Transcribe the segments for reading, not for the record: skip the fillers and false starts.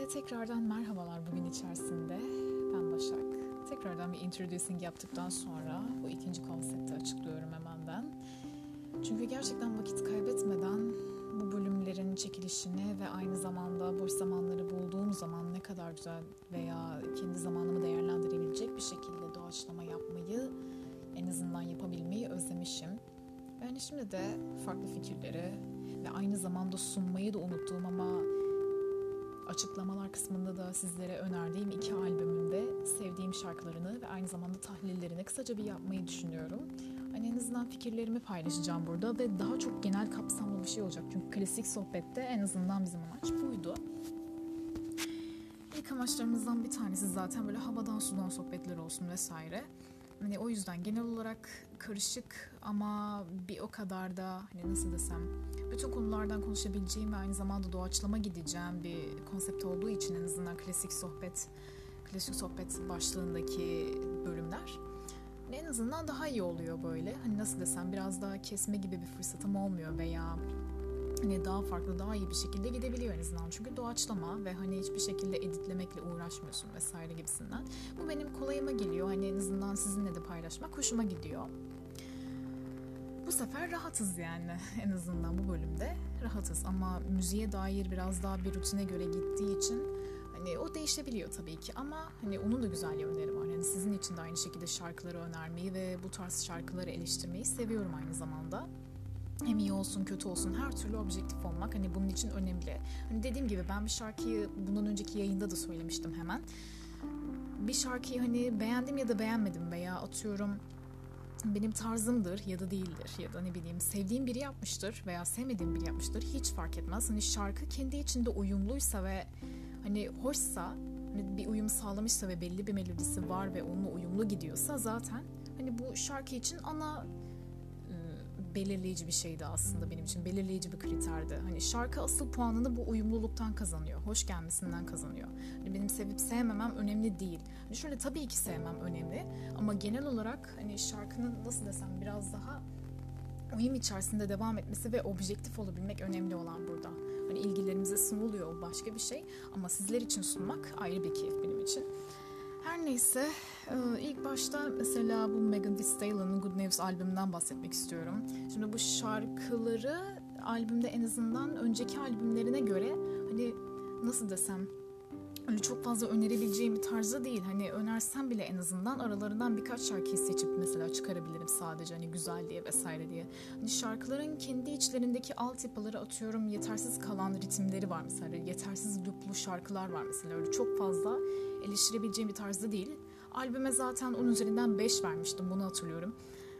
tekrardan merhabalar bugün içerisinde. Ben Başak. Tekrardan bir introducing yaptıktan sonra bu ikinci konsepti açıklıyorum hemen ben. Çünkü gerçekten vakit kaybetmeden bu bölümlerin çekilişini ve aynı zamanda boş zamanları bulduğum zaman ne kadar güzel veya kendi zamanımı değerlendirebilecek bir şekilde doğaçlama yapmayı, en azından yapabilmeyi özlemişim. Yani şimdi de farklı fikirleri ve aynı zamanda sunmayı da unuttuğum ama açıklamalar kısmında da sizlere önerdiğim 2 albümümde sevdiğim şarkılarını ve aynı zamanda tahlillerini kısaca bir yapmayı düşünüyorum. Hani en azından fikirlerimi paylaşacağım burada ve daha çok genel kapsamlı bir şey olacak. Çünkü klasik sohbette en azından bizim amaç buydu. İlk amaçlarımızdan bir tanesi zaten böyle havadan sudan sohbetler olsun vesaire. Hani o yüzden genel olarak karışık ama bir o kadar da hani nasıl desem bütün konulardan konuşabileceğim ve aynı zamanda doğaçlama gideceğim bir konsept olduğu için en azından klasik sohbet başlığındaki bölümler en azından daha iyi oluyor böyle. Hani nasıl desem biraz daha kesme gibi bir fırsatım olmuyor veya hani daha farklı, daha iyi bir şekilde gidebiliyor en azından. Çünkü doğaçlama ve hani hiçbir şekilde editlemekle uğraşmıyorsun vesaire gibisinden. Bu benim kolayıma geliyor. Hani en azından sizinle de paylaşmak hoşuma gidiyor. Bu sefer rahatız yani en azından bu bölümde rahatız. Ama müziğe dair biraz daha bir rutine göre gittiği için hani o değişebiliyor tabii ki ama hani onun da güzel yönleri var. Yani sizin için de aynı şekilde şarkıları önermeyi ve bu tarz şarkıları eleştirmeyi seviyorum aynı zamanda. Hem iyi olsun kötü olsun her türlü objektif olmak hani bunun için önemli. Hani dediğim gibi ben bir şarkıyı bundan önceki yayında da söylemiştim hemen. Bir şarkıyı hani beğendim ya da beğenmedim veya atıyorum benim tarzımdır ya da değildir ya da ne bileyim sevdiğim biri yapmıştır veya sevmediğim biri yapmıştır hiç fark etmez. Hani şarkı kendi içinde uyumluysa ve hani hoşsa hani bir uyum sağlamışsa ve belli bir melodisi var ve onunla uyumlu gidiyorsa zaten hani bu şarkı için ana belirleyici bir şeydi aslında benim için. Belirleyici bir kriterdi. Hani şarkı asıl puanını bu uyumluluktan kazanıyor. Hoş gelmesinden kazanıyor. Hani benim sevip sevmemem önemli değil. Hani şöyle tabii ki sevmem önemli ama genel olarak hani şarkının nasıl desem biraz daha uyum içerisinde devam etmesi ve objektif olabilmek önemli olan burada. Hani ilgilerimize sunuluyor o başka bir şey ama sizler için sunmak ayrı bir keyif benim için. Her neyse ilk başta mesela bu Megan Thee Stallion'ın Good News albümünden bahsetmek istiyorum. Şimdi bu şarkıları albümde en azından önceki albümlerine göre hani nasıl desem öyle çok fazla önerebileceğim bir tarzda değil. Hani önersem bile en azından aralarından birkaç şarkıyı seçip mesela çıkarabilirim sadece hani güzel diye vesaire diye. Hani şarkıların kendi içlerindeki altyapıları atıyorum yetersiz kalan ritimleri var mesela. Yetersiz looplu şarkılar var mesela. Öyle çok fazla eleştirebileceğim bir tarzda değil. Albüme zaten 10 üzerinden 5 vermiştim bunu hatırlıyorum.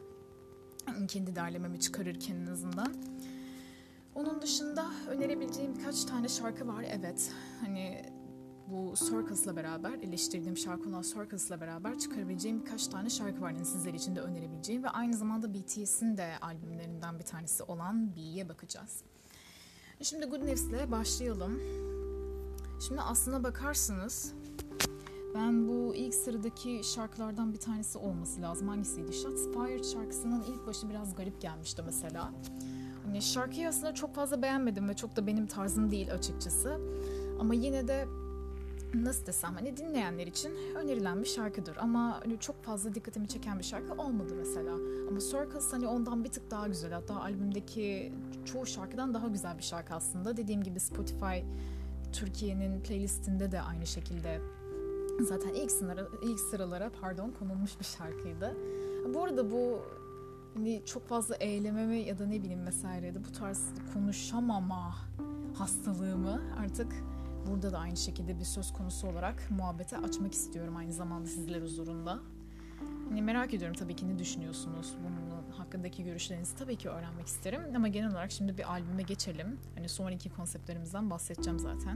Kendi derlememi çıkarırken en azından. Onun dışında önerebileceğim birkaç tane şarkı var. Evet hani bu Circus'la beraber eleştirdiğim şarkı olan Circus'la beraber çıkarabileceğim birkaç tane şarkı var. Yani sizler için de önerebileceğim ve aynı zamanda BTS'in de albümlerinden bir tanesi olan B'ye bakacağız. Şimdi Good News'le başlayalım. Şimdi aslına bakarsınız ben bu ilk sıradaki şarkılardan bir tanesi olması lazım. Hangisiydi? Shots Fired şarkısının ilk başı biraz garip gelmişti mesela. Hani şarkıyı aslında çok fazla beğenmedim ve çok da benim tarzım değil açıkçası. Ama yine de nasıl desem hani dinleyenler için önerilen bir şarkıdır. Ama hani çok fazla dikkatimi çeken bir şarkı olmadı mesela. Ama Circus hani ondan bir tık daha güzel. Hatta albümdeki çoğu şarkıdan daha güzel bir şarkı aslında. Dediğim gibi Spotify Türkiye'nin playlistinde de aynı şekilde zaten ilk sıralara konulmuş bir şarkıydı. Bu arada bu hani çok fazla eylememi ya da ne bileyim vesaire de bu tarz konuşamama hastalığımı artık burada da aynı şekilde bir söz konusu olarak muhabbete açmak istiyorum aynı zamanda sizler huzurunda. Hani merak ediyorum tabii ki ne düşünüyorsunuz bunun hakkındaki görüşlerinizi tabii ki öğrenmek isterim ama genel olarak şimdi bir albüme geçelim. Hani sonraki konseptlerimizden bahsedeceğim zaten.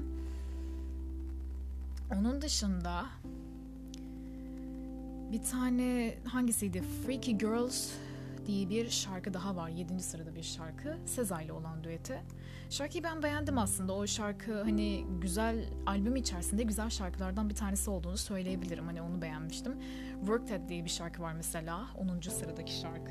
Onun dışında bir tane hangisiydi? Freaky Girls diye bir şarkı daha var. 7. sırada bir şarkı. SZA ile olan düeti. Şarkıyı ben beğendim aslında. O şarkı hani güzel, albüm içerisinde güzel şarkılardan bir tanesi olduğunu söyleyebilirim. Hani onu beğenmiştim. Work That diye bir şarkı var mesela. 10. sıradaki şarkı.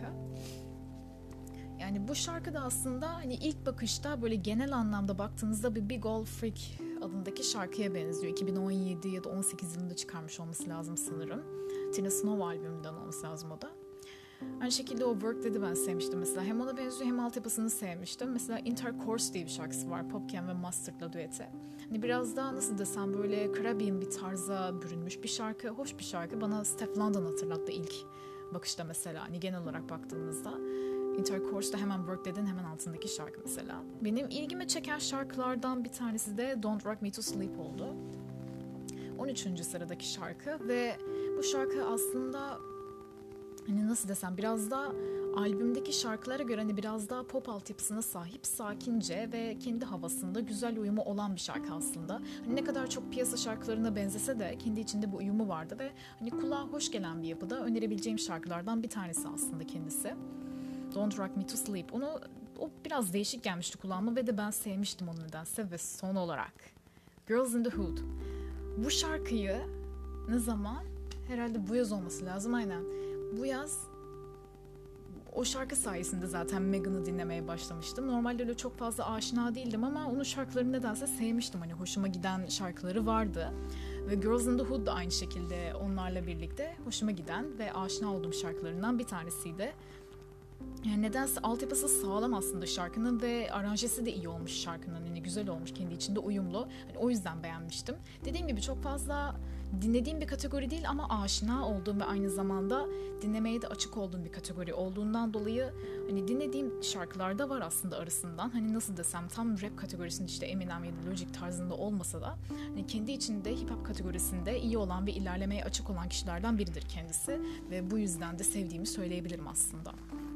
Yani bu şarkı da aslında hani ilk bakışta böyle genel anlamda baktığınızda bir Big Ol' Freak adındaki şarkıya benziyor. 2017 ya da 18 yılında çıkarmış olması lazım sanırım. Tina Snow albümünden olması lazım o da. Aynı şekilde o Work dedi ben sevmiştim mesela. Hem ona benziyor hem altyapısını sevmiştim. Mesela Intercourse diye bir şarkısı var. Popken ve Mustard'la düeti. Hani biraz daha nasıl desem böyle Caribbean bir tarza bürünmüş bir şarkı. Hoş bir şarkı. Bana Steph London hatırlattı ilk bakışta mesela. Hani genel olarak baktığımızda. Intercourse'da hemen Work Dead'in hemen altındaki şarkı mesela. Benim ilgimi çeken şarkılardan bir tanesi de Don't Rock Me To Sleep oldu. 13. sıradaki şarkı ve bu şarkı aslında hani nasıl desem biraz da albümdeki şarkılara göre hani biraz daha pop altyapısına sahip, sakince ve kendi havasında güzel uyumu olan bir şarkı aslında. Hani ne kadar çok piyasa şarkılarına benzese de kendi içinde bu uyumu vardı ve hani kulağa hoş gelen bir yapıda önerebileceğim şarkılardan bir tanesi aslında kendisi. Don't Rock Me To Sleep. O biraz değişik gelmişti kulağıma ve de ben sevmiştim onu nedense. Ve son olarak Girls in the Hood. Bu şarkıyı ne zaman? Herhalde bu yaz olması lazım, aynen. Bu yaz o şarkı sayesinde zaten Megan'ı dinlemeye başlamıştım. Normalde öyle çok fazla aşina değildim ama onun şarkılarını nedense sevmiştim. Hani hoşuma giden şarkıları vardı. Ve Girls in the Hood da aynı şekilde onlarla birlikte hoşuma giden ve aşina olduğum şarkılarından bir tanesiydi. Yani nedense altyapısı sağlam aslında şarkının ve aranjesi de iyi olmuş şarkının. Yani güzel olmuş, kendi içinde uyumlu. Hani o yüzden beğenmiştim. Dediğim gibi çok fazla dinlediğim bir kategori değil ama aşina olduğum ve aynı zamanda dinlemeye de açık olduğum bir kategori olduğundan dolayı hani dinlediğim şarkılar da var aslında arasından. Hani nasıl desem tam rap kategorisinde işte Eminem ya da Logic tarzında olmasa da hani kendi içinde hip hop kategorisinde iyi olan ve ilerlemeye açık olan kişilerden biridir kendisi ve bu yüzden de sevdiğimi söyleyebilirim aslında.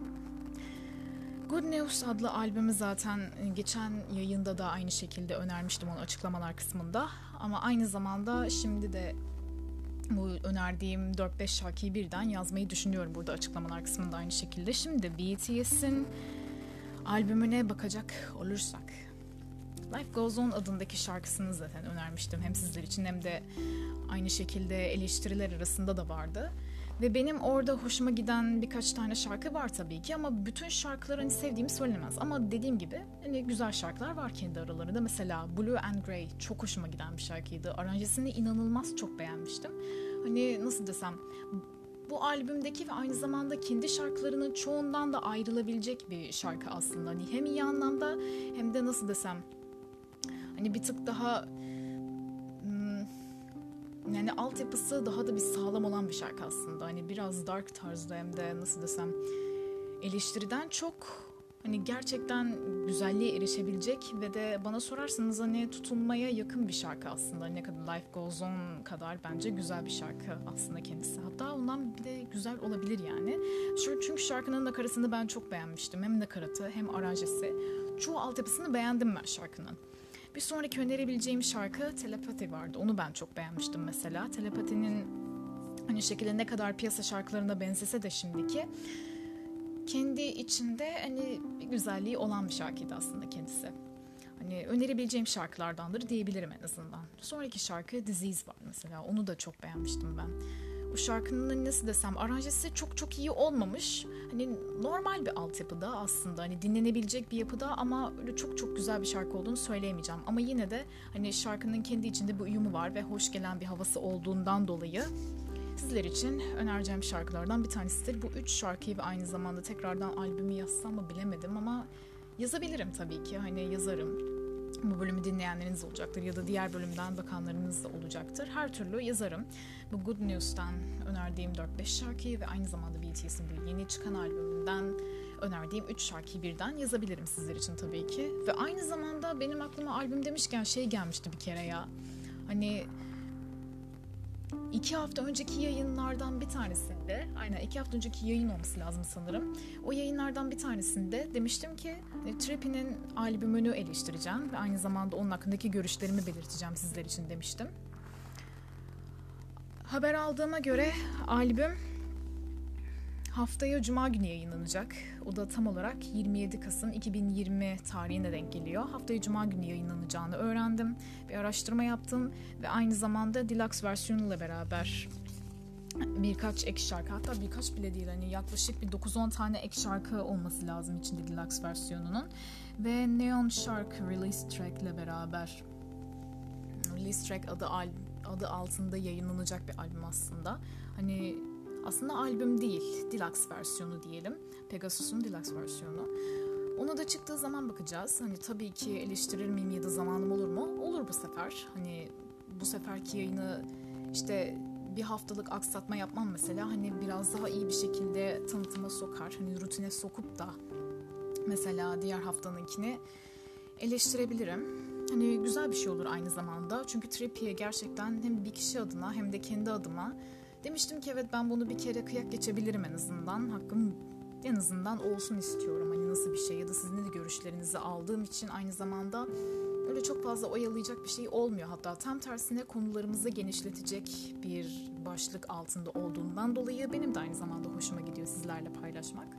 Good News adlı albümü zaten geçen yayında da aynı şekilde önermiştim onu açıklamalar kısmında. Ama aynı zamanda şimdi de bu önerdiğim 4-5 şarkıyı birden yazmayı düşünüyorum burada açıklamalar kısmında aynı şekilde. Şimdi BTS'in albümüne bakacak olursak. Life Goes On adındaki şarkısını zaten önermiştim. Hem sizler için hem de aynı şekilde eleştiriler arasında da vardı. Ve benim orada hoşuma giden birkaç tane şarkı var tabii ki ama bütün şarkıları hani sevdiğimi söylenemez. Ama dediğim gibi hani güzel şarkılar var kendi aralarında. Mesela Blue and Grey çok hoşuma giden bir şarkıydı. Aranjesini inanılmaz çok beğenmiştim. Hani nasıl desem bu albümdeki ve aynı zamanda kendi şarkılarının çoğundan da ayrılabilecek bir şarkı aslında. Hani hem iyi anlamda hem de nasıl desem hani bir tık daha yani altyapısı daha da bir sağlam olan bir şarkı aslında. Hani biraz dark tarzda hem de nasıl desem eleştiriden çok hani gerçekten güzelliğe erişebilecek ve de bana sorarsanız hani tutulmaya yakın bir şarkı aslında. Ne kadar Life Goes On kadar bence güzel bir şarkı aslında kendisi. Hatta ondan bir de güzel olabilir yani. Çünkü şarkının nakaratını ben çok beğenmiştim. Hem nakaratı hem aranjesi. Çoğu altyapısını beğendim ben şarkının. Bir sonraki önerebileceğim şarkı Telepathy vardı. Onu ben çok beğenmiştim mesela. Telepathy'nin hani şekilde ne kadar piyasa şarkılarına benzese de şimdiki kendi içinde hani bir güzelliği olan bir şarkıydı aslında kendisi. Hani önerebileceğim şarkılardandır diyebilirim en azından. Sonraki şarkı Disease var mesela. Onu da çok beğenmiştim ben. O şarkının nasıl desem aranjesi çok çok iyi olmamış. Hani normal bir altyapıda aslında hani dinlenebilecek bir yapıda ama öyle çok çok güzel bir şarkı olduğunu söyleyemeyeceğim. Ama yine de hani şarkının kendi içinde bir uyumu var ve hoş gelen bir havası olduğundan dolayı sizler için önereceğim şarkılardan bir tanesidir. Bu 3 şarkıyı ve aynı zamanda tekrardan albümü yazsam mı bilemedim ama yazabilirim tabii ki. Hani yazarım. Bu bölümü dinleyenleriniz olacaktır ya da diğer bölümden bakanlarınız da olacaktır. Her türlü yazarım. Bu Good News'tan önerdiğim 4-5 şarkıyı ve aynı zamanda BTS'in bu yeni çıkan albümünden önerdiğim 3 şarkıyı birden yazabilirim sizler için tabii ki. Ve aynı zamanda benim aklıma albüm demişken şey gelmişti bir kere ya. Hani 2 hafta önceki yayınlardan bir tanesinde, aynen 2 hafta önceki yayın olması lazım sanırım. O yayınlardan bir tanesinde demiştim ki Trippie'nin albümünü eleştireceğim ve aynı zamanda onun hakkındaki görüşlerimi belirteceğim sizler için demiştim. Haber aldığıma göre albüm haftaya Cuma günü yayınlanacak. O da tam olarak 27 Kasım 2020 tarihine denk geliyor. Haftaya Cuma günü yayınlanacağını öğrendim. Bir araştırma yaptım ve aynı zamanda deluxe versiyonuyla beraber birkaç ek şarkı, hatta birkaç bile değil hani yaklaşık bir 9-10 tane ek şarkı olması lazım içinde deluxe versiyonunun ve Neon Shark release track ile beraber Release Track adı altında yayınlanacak bir albüm aslında. Hani aslında albüm değil, deluxe versiyonu diyelim. Pegasus'un deluxe versiyonu. Ona da çıktığı zaman bakacağız. Hani tabii ki eleştirir miyim ya da zamanım olur mu? Olur bu sefer. Hani bu seferki yayını işte bir haftalık aksatma yapmam mesela. Hani biraz daha iyi bir şekilde tanıtıma sokar. Hani rutine sokup da mesela diğer haftanınkini eleştirebilirim. Hani güzel bir şey olur aynı zamanda. Çünkü Trippie gerçekten hem bir kişi adına hem de kendi adıma demiştim ki evet ben bunu bir kere kıyak geçebilirim en azından. Hakkım en azından olsun istiyorum. Hani nasıl bir şey ya da sizin de görüşlerinizi aldığım için aynı zamanda öyle çok fazla oyalayacak bir şey olmuyor. Hatta tam tersine konularımızı genişletecek bir başlık altında olduğundan dolayı benim de aynı zamanda hoşuma gidiyor sizlerle paylaşmak.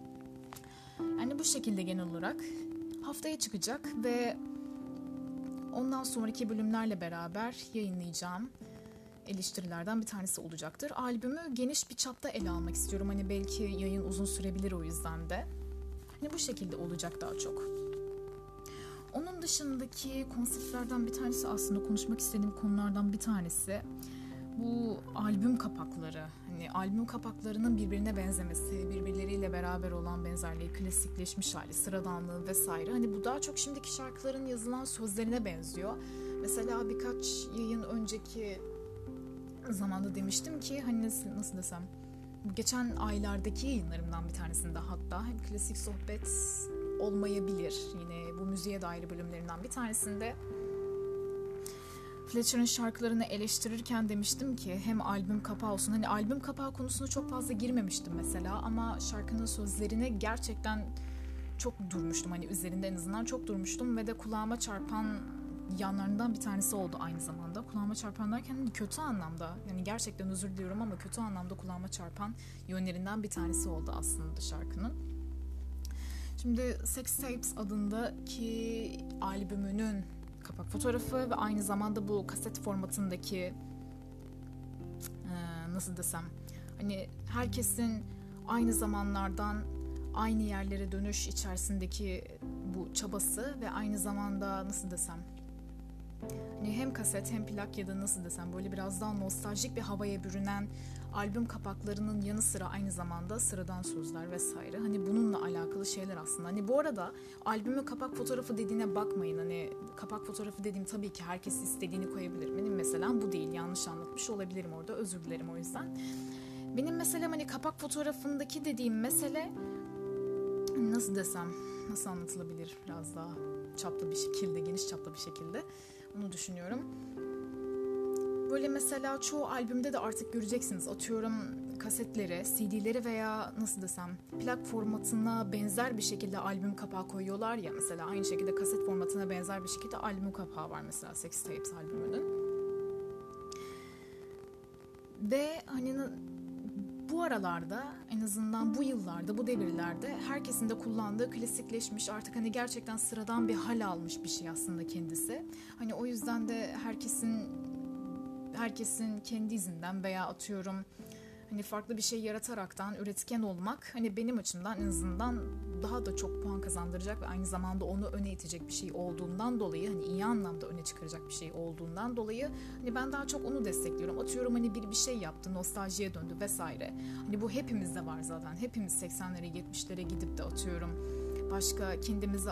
Yani bu şekilde genel olarak haftaya çıkacak ve ondan sonraki bölümlerle beraber yayınlayacağım eleştirilerden bir tanesi olacaktır. Albümü geniş bir çapta ele almak istiyorum. Hani belki yayın uzun sürebilir o yüzden de. Hani bu şekilde olacak daha çok. Onun dışındaki konseptlerden bir tanesi aslında konuşmak istediğim konulardan bir tanesi bu albüm kapakları. Hani albüm kapaklarının birbirine benzemesi, birbirleriyle beraber olan benzerliği, klasikleşmiş hali, sıradanlığı vesaire. Hani bu daha çok şimdiki şarkıların yazılan sözlerine benziyor. Mesela birkaç yayın önceki zamanda demiştim ki hani nasıl desem geçen aylardaki yayınlarımdan bir tanesinde hatta hem klasik sohbet olmayabilir yine bu müziğe dair bölümlerinden bir tanesinde Fletcher'ın şarkılarını eleştirirken demiştim ki hem albüm kapağı olsun hani albüm kapağı konusuna çok fazla girmemiştim mesela ama şarkının sözlerine gerçekten çok durmuştum hani üzerinde en azından çok durmuştum ve de kulağıma çarpan yanlarından bir tanesi oldu aynı zamanda. Kulağıma çarpan derken kötü anlamda yani gerçekten özür diliyorum ama kötü anlamda kulağıma çarpan yönlerinden bir tanesi oldu aslında şarkının. Şimdi Sex Tapes adındaki albümünün kapak fotoğrafı ve aynı zamanda bu kaset formatındaki nasıl desem hani herkesin aynı zamanlardan aynı yerlere dönüş içerisindeki bu çabası ve aynı zamanda nasıl desem hani hem kaset hem plak ya da nasıl desem böyle biraz daha nostaljik bir havaya bürünen albüm kapaklarının yanı sıra aynı zamanda sıradan sözler vesaire. Hani bununla alakalı şeyler aslında. Hani bu arada albümün kapak fotoğrafı dediğine bakmayın. Hani kapak fotoğrafı dediğim tabii ki herkes istediğini koyabilir. Benim mesela bu değil. Yanlış anlatmış olabilirim orada. Özür dilerim o yüzden. Benim meselem hani kapak fotoğrafındaki dediğim mesele nasıl desem nasıl anlatılabilir biraz daha çaplı bir şekilde, geniş çaplı bir şekilde. Onu düşünüyorum. Böyle mesela çoğu albümde de artık göreceksiniz. Atıyorum kasetleri, CD'leri veya nasıl desem plak formatına benzer bir şekilde albüm kapağı koyuyorlar ya. Mesela aynı şekilde kaset formatına benzer bir şekilde albüm kapağı var mesela Sex Tapes albümünün. Ve hani bu aralarda en azından bu yıllarda, bu devirlerde herkesin de kullandığı klasikleşmiş artık hani gerçekten sıradan bir hal almış bir şey aslında kendisi. Hani o yüzden de herkesin kendi izinden veya atıyorum hani farklı bir şey yarataraktan üretken olmak hani benim açımdan en azından daha da çok puan kazandıracak ve aynı zamanda onu öne itecek bir şey olduğundan dolayı hani iyi anlamda öne çıkaracak bir şey olduğundan dolayı hani ben daha çok onu destekliyorum. Atıyorum hani bir şey yaptı, nostaljiye döndü vesaire. Hani bu hepimizde var zaten. Hepimiz 80'lere 70'lere gidip de atıyorum başka kendimize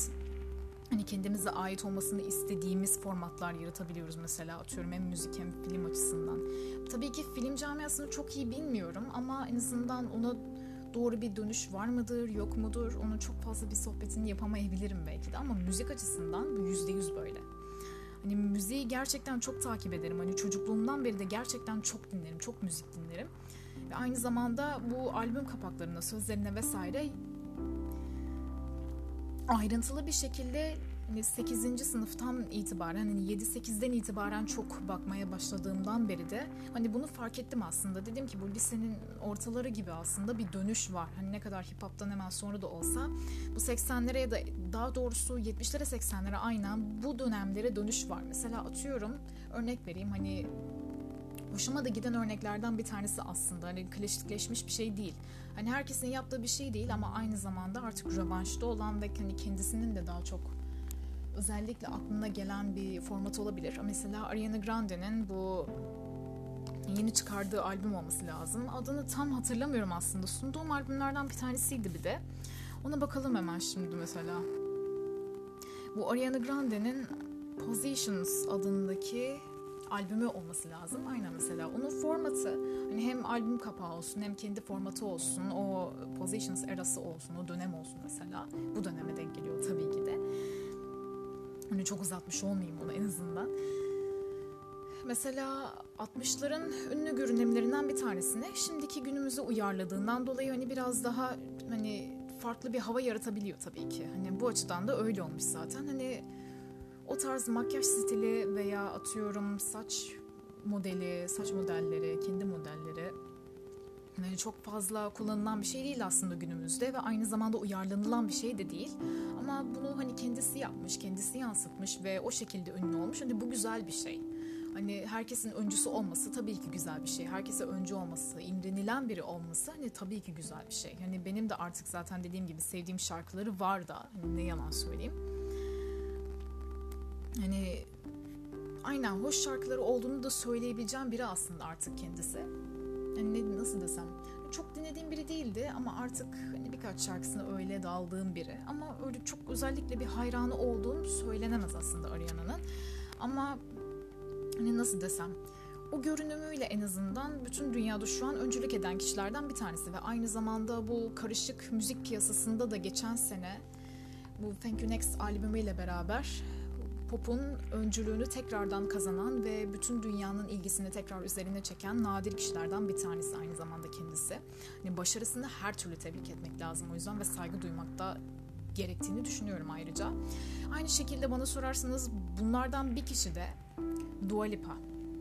ait olmasını istediğimiz formatlar yaratabiliyoruz mesela atıyorum hem müzik hem film açısından. Tabii ki film camiasını çok iyi bilmiyorum ama en azından ona doğru bir dönüş var mıdır yok mudur onun çok fazla bir sohbetini yapamayabilirim belki de ama müzik açısından bu %100 böyle. Hani müziği gerçekten çok takip ederim. Hani çocukluğumdan beri de gerçekten çok dinlerim, çok müzik dinlerim. Ve aynı zamanda bu albüm kapaklarına, sözlerine vesaire ayrıntılı bir şekilde hani 8. sınıftan itibaren hani 7-8'den itibaren çok bakmaya başladığımdan beri de hani bunu fark ettim aslında. Dedim ki bu lisenin ortaları gibi aslında bir dönüş var. Hani ne kadar hip hop'tan hemen sonra da olsa bu 80'lere ya da daha doğrusu 70'lere 80'lere aynen bu dönemlere dönüş var. Mesela atıyorum örnek vereyim hani hoşuma da giden örneklerden bir tanesi aslında. Hani klasikleşmiş bir şey değil. Hani herkesin yaptığı bir şey değil ama aynı zamanda artık rövanşta olan ve hani kendisinin de daha çok özellikle aklına gelen bir format olabilir. Mesela Ariana Grande'nin bu yeni çıkardığı albüm olması lazım. Adını tam hatırlamıyorum aslında. Sunduğum albümlerden bir tanesiydi bir de. Ona bakalım hemen şimdi mesela. Bu Ariana Grande'nin Positions adındaki albümü olması lazım. Aynen mesela. Onun formatı hani hem albüm kapağı olsun hem kendi formatı olsun. O Positions erası olsun. O dönem olsun mesela. Bu döneme denk geliyor tabii ki de. Hani çok uzatmış olmayayım onu en azından. Mesela 60'ların ünlü görünümlerinden bir tanesini şimdiki günümüze uyarladığından dolayı hani biraz daha hani farklı bir hava yaratabiliyor tabii ki. Hani bu açıdan da öyle olmuş zaten. Hani o tarz makyaj stili veya atıyorum saç modelleri, kendi modelleri yani çok fazla kullanılan bir şey değil aslında günümüzde ve aynı zamanda uyarlanılan bir şey de değil. Ama bunu hani kendisi yapmış, kendisi yansıtmış ve o şekilde ünlü olmuş. Hani bu güzel bir şey. Hani herkesin öncüsü olması tabii ki güzel bir şey. Herkese öncü olması, imrenilen biri olması hani tabii ki güzel bir şey. Hani benim de artık zaten dediğim gibi sevdiğim şarkıları var da hani ne yalan söyleyeyim. Hani aynen hoş şarkıları olduğunu da söyleyebileceğim biri aslında artık kendisi. Hani nasıl desem çok dinlediğim biri değildi ama artık hani birkaç şarkısına öyle daldığım biri. Ama öyle çok özellikle bir hayranı olduğum söylenemez aslında Ariana'nın. Ama hani nasıl desem o görünümüyle en azından bütün dünyada şu an öncülük eden kişilerden bir tanesi ve aynı zamanda bu karışık müzik piyasasında da geçen sene bu Thank You Next albümüyle beraber pop'un öncülüğünü tekrardan kazanan ve bütün dünyanın ilgisini tekrar üzerine çeken nadir kişilerden bir tanesi aynı zamanda kendisi. Yani başarısını her türlü tebrik etmek lazım o yüzden ve saygı duymak da gerektiğini düşünüyorum ayrıca. Aynı şekilde bana sorarsanız bunlardan bir kişi de Dua Lipa.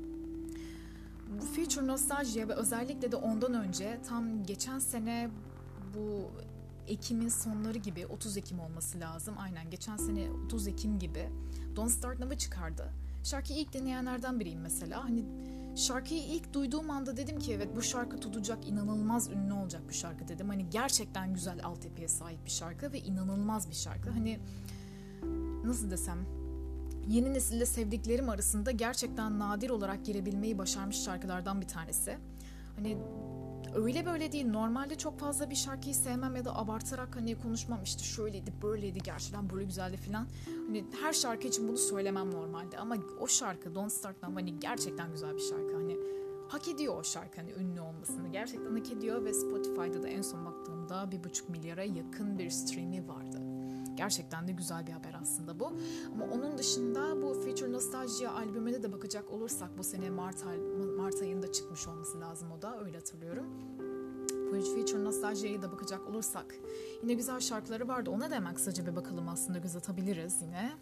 Bu Future Nostalgia ve özellikle de ondan önce tam geçen sene bu Ekim'in sonları gibi 30 Ekim olması lazım. Aynen geçen sene 30 Ekim gibi Don't Start Now'ı çıkardı. Şarkıyı ilk dinleyenlerden biriyim mesela. Hani şarkıyı ilk duyduğum anda dedim ki evet bu şarkı tutacak, inanılmaz ünlü olacak bir şarkı dedim. Hani gerçekten güzel altyapıya sahip bir şarkı ve inanılmaz bir şarkı. Hani nasıl desem yeni nesilde sevdiklerim arasında gerçekten nadir olarak girebilmeyi başarmış şarkılardan bir tanesi. Hani öyle böyle değil. Normalde çok fazla bir şarkıyı sevmem ya da abartarak hani konuşmam işte şöyleydi, böyleydi, gerçekten böyle güzeldi falan. Hani her şarkı için bunu söylemem normalde ama o şarkı Don't Start Now hani gerçekten güzel bir şarkı. Hani hak ediyor o şarkı hani ünlü olmasını. Gerçekten hak ediyor ve Spotify'da da en son baktığımda 1,5 milyara yakın bir stream'i vardı. Gerçekten de güzel bir haber aslında bu. Ama onun dışında bu Future Nostalgia albümüne de bakacak olursak bu sene Mart ayında çıkmış olması lazım o da öyle hatırlıyorum. Future Nostalgia'ya da bakacak olursak yine güzel şarkıları vardı. Ona da hemen kısaca bir bakalım aslında göz atabiliriz yine.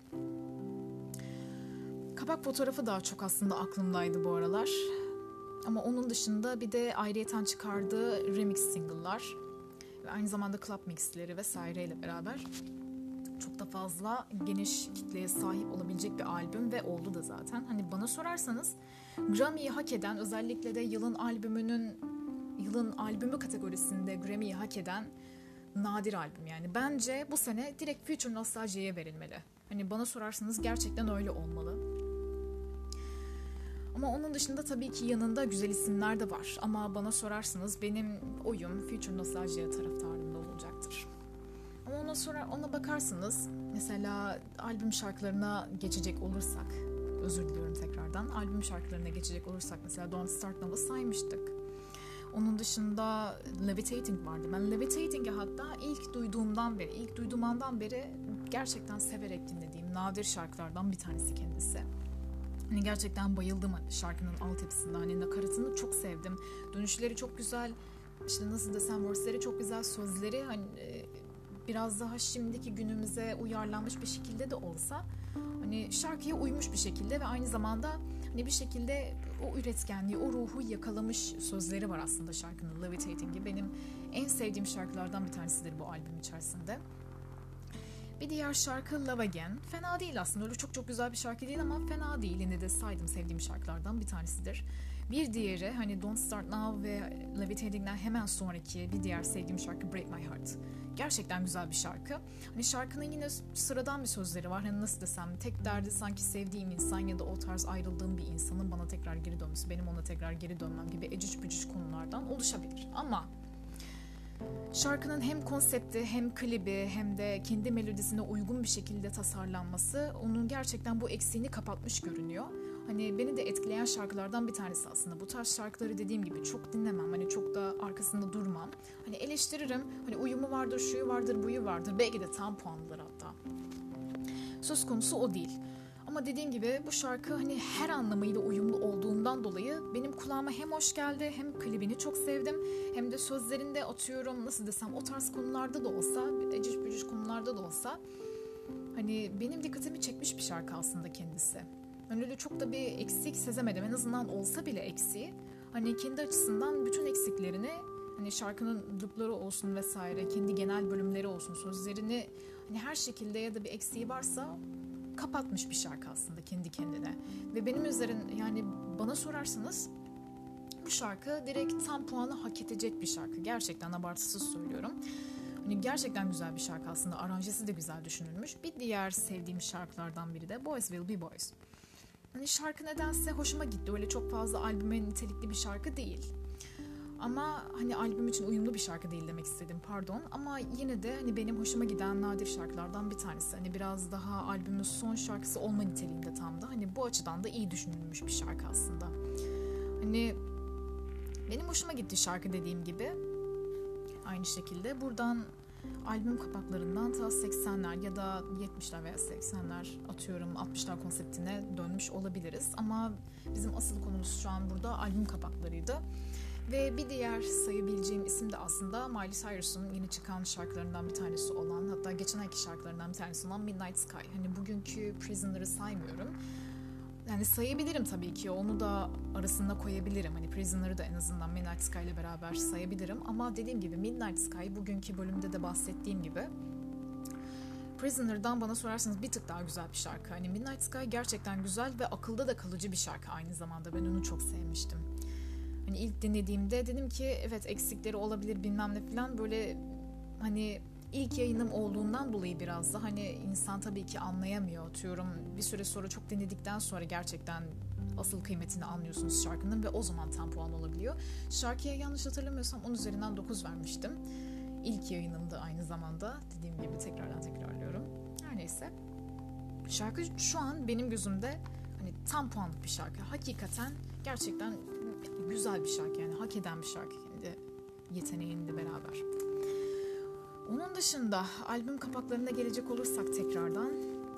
Kapak fotoğrafı daha çok aslında aklımdaydı bu aralar. Ama onun dışında bir de ayrıyeten çıkardığı remix single'lar ve aynı zamanda club mixleri vesaireyle beraber çok da fazla geniş kitleye sahip olabilecek bir albüm ve oldu da zaten. Hani bana sorarsanız Grammy'yi hak eden özellikle de yılın albümü kategorisinde Grammy'yi hak eden nadir albüm yani. Bence bu sene direkt Future Nostalgia'ya verilmeli. Hani bana sorarsanız gerçekten öyle olmalı. Ama onun dışında tabii ki yanında güzel isimler de var. Ama bana sorarsanız benim oyum Future Nostalgia taraftarında olacaktır. Ama ona bakarsınız mesela albüm şarkılarına geçecek olursak, özür diliyorum tekrardan, albüm şarkılarına geçecek olursak mesela Don't Start Now'ı saymıştık. Onun dışında Levitating vardı. Ben Levitating'i hatta ilk duyduğum andan beri gerçekten severek dinlediğim nadir şarkılardan bir tanesi kendisi. Hani gerçekten bayıldım şarkının altyapısında. Hani nakaratını çok sevdim. Dönüşleri çok güzel. İşte nasıl desem verse'leri çok güzel. Sözleri hani biraz daha şimdiki günümüze uyarlanmış bir şekilde de olsa hani şarkıya uymuş bir şekilde ve aynı zamanda hani bir şekilde o üretkenliği, o ruhu yakalamış sözleri var aslında şarkının Levitating'i. Benim en sevdiğim şarkılardan bir tanesidir bu albüm içerisinde. Bir diğer şarkı Love Again. Fena değil aslında. Öyle çok çok güzel bir şarkı değil ama fena değil. Yine de saydım sevdiğim şarkılardan bir tanesidir. Bir diğeri hani Don't Start Now ve Levitating'den hemen sonraki bir diğer sevdiğim şarkı Break My Heart. Gerçekten güzel bir şarkı. Hani şarkının yine sıradan bir sözleri var. Hani nasıl desem, tek derdi sanki sevdiğim insan ya da o tarz ayrıldığım bir insanın bana tekrar geri dönmesi, benim ona tekrar geri dönmem gibi ecüc bücüc konulardan oluşabilir. Ama şarkının hem konsepti hem klibi hem de kendi melodisine uygun bir şekilde tasarlanması onun gerçekten bu eksiğini kapatmış görünüyor. Hani beni de etkileyen şarkılardan bir tanesi aslında. Bu tarz şarkıları dediğim gibi çok dinlemem. Hani çok da arkasında durmam. Hani eleştiririm. Hani uyumu vardır, şuyu vardır, buyu vardır. Belki de tam puanlıdır hatta. Söz konusu o değil. Ama dediğim gibi bu şarkı hani her anlamıyla uyumlu olduğundan dolayı benim kulağıma hem hoş geldi, hem klibini çok sevdim, hem de sözlerinde atıyorum nasıl desem o tarz konularda da olsa, eciş bücüş konularda da olsa hani benim dikkatimi çekmiş bir şarkı aslında kendisi. Ben öyle çok da bir eksik sezemedim. En azından olsa bile eksiği. Hani kendi açısından bütün eksiklerini, hani şarkının loopları olsun vesaire, kendi genel bölümleri olsun, sözlerini hani her şekilde ya da bir eksiği varsa kapatmış bir şarkı aslında kendi kendine. Ve benim yani bana sorarsanız bu şarkı direkt tam puanı hak edecek bir şarkı. Gerçekten abartısız söylüyorum. Hani gerçekten güzel bir şarkı aslında. Aranjesi de güzel düşünülmüş. Bir diğer sevdiğim şarkılardan biri de Boys Will Be Boys. Hani şarkı nedense hoşuma gitti. Öyle çok fazla albüme nitelikli bir şarkı değil. Ama hani albüm için uyumlu bir şarkı değil demek istedim, pardon. Ama yine de hani benim hoşuma giden nadir şarkılardan bir tanesi. Hani biraz daha albümün son şarkısı olma niteliğinde tam da. Hani bu açıdan da iyi düşünülmüş bir şarkı aslında. Hani benim hoşuma gitti şarkı dediğim gibi. Aynı şekilde buradan albüm kapaklarından ta 80'ler ya da 70'ler veya 80'ler atıyorum 60'lar konseptine dönmüş olabiliriz. Ama bizim asıl konumuz şu an burada albüm kapaklarıydı. Ve bir diğer sayabileceğim isim de aslında Miley Cyrus'un yeni çıkan şarkılarından bir tanesi olan, hatta geçen ayki şarkılarından bir tanesi olan Midnight Sky. Hani bugünkü Prisoner'ı saymıyorum. Yani sayabilirim tabii ki, onu da arasında koyabilirim. Hani Prisoner'ı da en azından Midnight Sky ile beraber sayabilirim. Ama dediğim gibi Midnight Sky bugünkü bölümde de bahsettiğim gibi Prisoner'dan bana sorarsanız bir tık daha güzel bir şarkı. Hani Midnight Sky gerçekten güzel ve akılda da kalıcı bir şarkı aynı zamanda. Ben onu çok sevmiştim. Hani ilk dinlediğimde dedim ki evet eksikleri olabilir bilmem ne falan, böyle hani ilk yayınım olduğundan dolayı biraz da hani insan tabii ki anlayamıyor, atıyorum bir süre sonra çok dinledikten sonra gerçekten asıl kıymetini anlıyorsunuz şarkının ve o zaman tam puan olabiliyor. Şarkıya yanlış hatırlamıyorsam 10 üzerinden 9 vermiştim. İlk yayınımda aynı zamanda, dediğim gibi tekrarlıyorum. Her neyse. Şarkı şu an benim gözümde hani tam puanlık bir şarkı. Hakikaten gerçekten güzel bir şarkı, yani hak eden bir şarkı kendi yeteneğiyle beraber. Onun dışında albüm kapaklarına gelecek olursak tekrardan,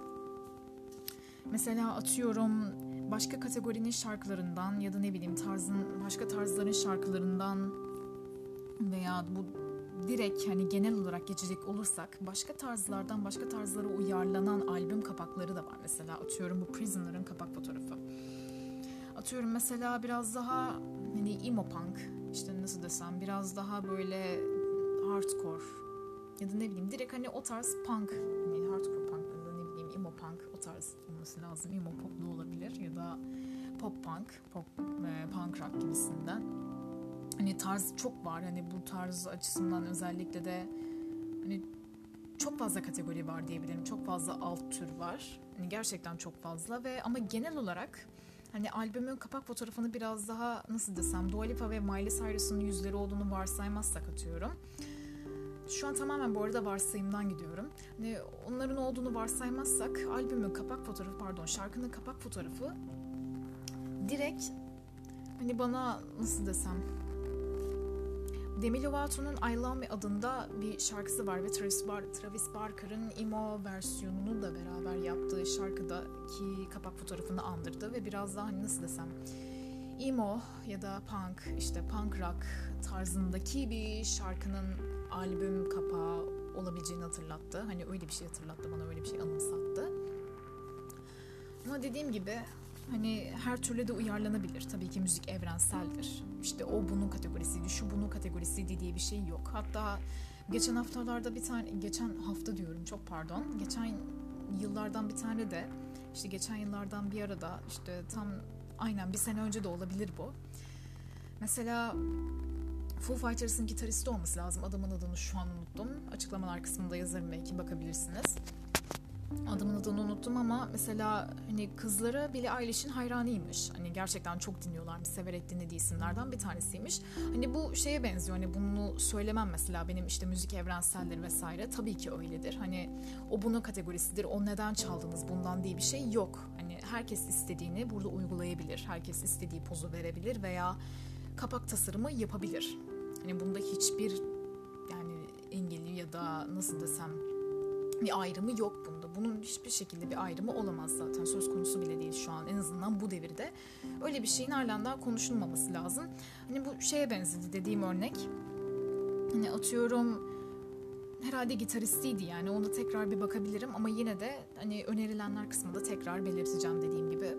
mesela atıyorum başka kategorinin şarkılarından ya da ne bileyim başka tarzların şarkılarından veya bu direkt hani genel olarak geçecek olursak başka tarzlardan başka tarzlara uyarlanan albüm kapakları da var. Mesela atıyorum bu Prisoner'ın kapak fotoğrafı. Atıyorum mesela biraz daha hani emo punk, işte nasıl desem biraz daha böyle hardcore ya da ne bileyim direkt hani o tarz punk, hani hardcore punk ya da ne bileyim emo punk, o tarz olması lazım. Emo poplu olabilir ya da pop punk, punk rock gibisinden. Hani tarz çok var, hani bu tarz açısından özellikle de hani çok fazla kategori var diyebilirim. Çok fazla alt tür var. Hani gerçekten çok fazla ve ama genel olarak hani albümün kapak fotoğrafını biraz daha nasıl desem Dua Lipa ve Miley Cyrus'un yüzleri olduğunu varsaymazsak atıyorum. Şu an tamamen bu arada varsayımdan gidiyorum. Hani onların olduğunu varsaymazsak albümün kapak fotoğrafı, şarkının kapak fotoğrafı direkt hani bana nasıl desem Demi Lovato'nun I Love Me adında bir şarkısı var ve Travis Barker'ın emo versiyonunu da beraber yaptığı şarkıdaki kapak fotoğrafını andırdı ve biraz daha hani nasıl desem emo ya da punk, işte punk rock tarzındaki bir şarkının albüm kapağı olabileceğini hatırlattı. Hani öyle bir şey hatırlattı bana, öyle bir şey anımsattı. Ama dediğim gibi hani her türlü de uyarlanabilir. Tabii ki müzik evrenseldir. İşte o bunun kategorisiydi, şu bunun kategorisiydi diye bir şey yok. Hatta geçen haftalarda geçen yıllardan bir tane de işte geçen yıllardan bir arada işte tam aynen bir sene önce de olabilir bu. Mesela Foo Fighters'ın gitaristi olması lazım. Adamın adını şu an unuttum. Açıklamalar kısmında yazarım, belki bakabilirsiniz. Adamın adını unuttum ama mesela hani kızları Billie Eilish'in hayranıymış. Hani gerçekten çok dinliyorlarmış. Severek dinlediği isimlerden bir tanesiymiş. Hani bu şeye benziyor. Hani bunu söylemem mesela, benim işte müzik evrenseldir vesaire. Tabii ki öyledir. Hani o bunun kategorisidir. O neden çaldınız bundan diye bir şey yok. Hani herkes istediğini burada uygulayabilir. Herkes istediği pozu verebilir veya kapak tasarımı yapabilir. Hani bunda hiçbir yani engeli ya da nasıl desem bir ayrımı yok bunda. Bunun hiçbir şekilde bir ayrımı olamaz zaten. Söz konusu bile değil şu an. En azından bu devirde. Öyle bir şeyin halen daha konuşulmaması lazım. Hani bu şeye benzedi dediğim örnek. Hani atıyorum herhalde gitaristiydi yani. Ona tekrar bir bakabilirim ama yine de hani önerilenler kısmında tekrar belirteceğim dediğim gibi.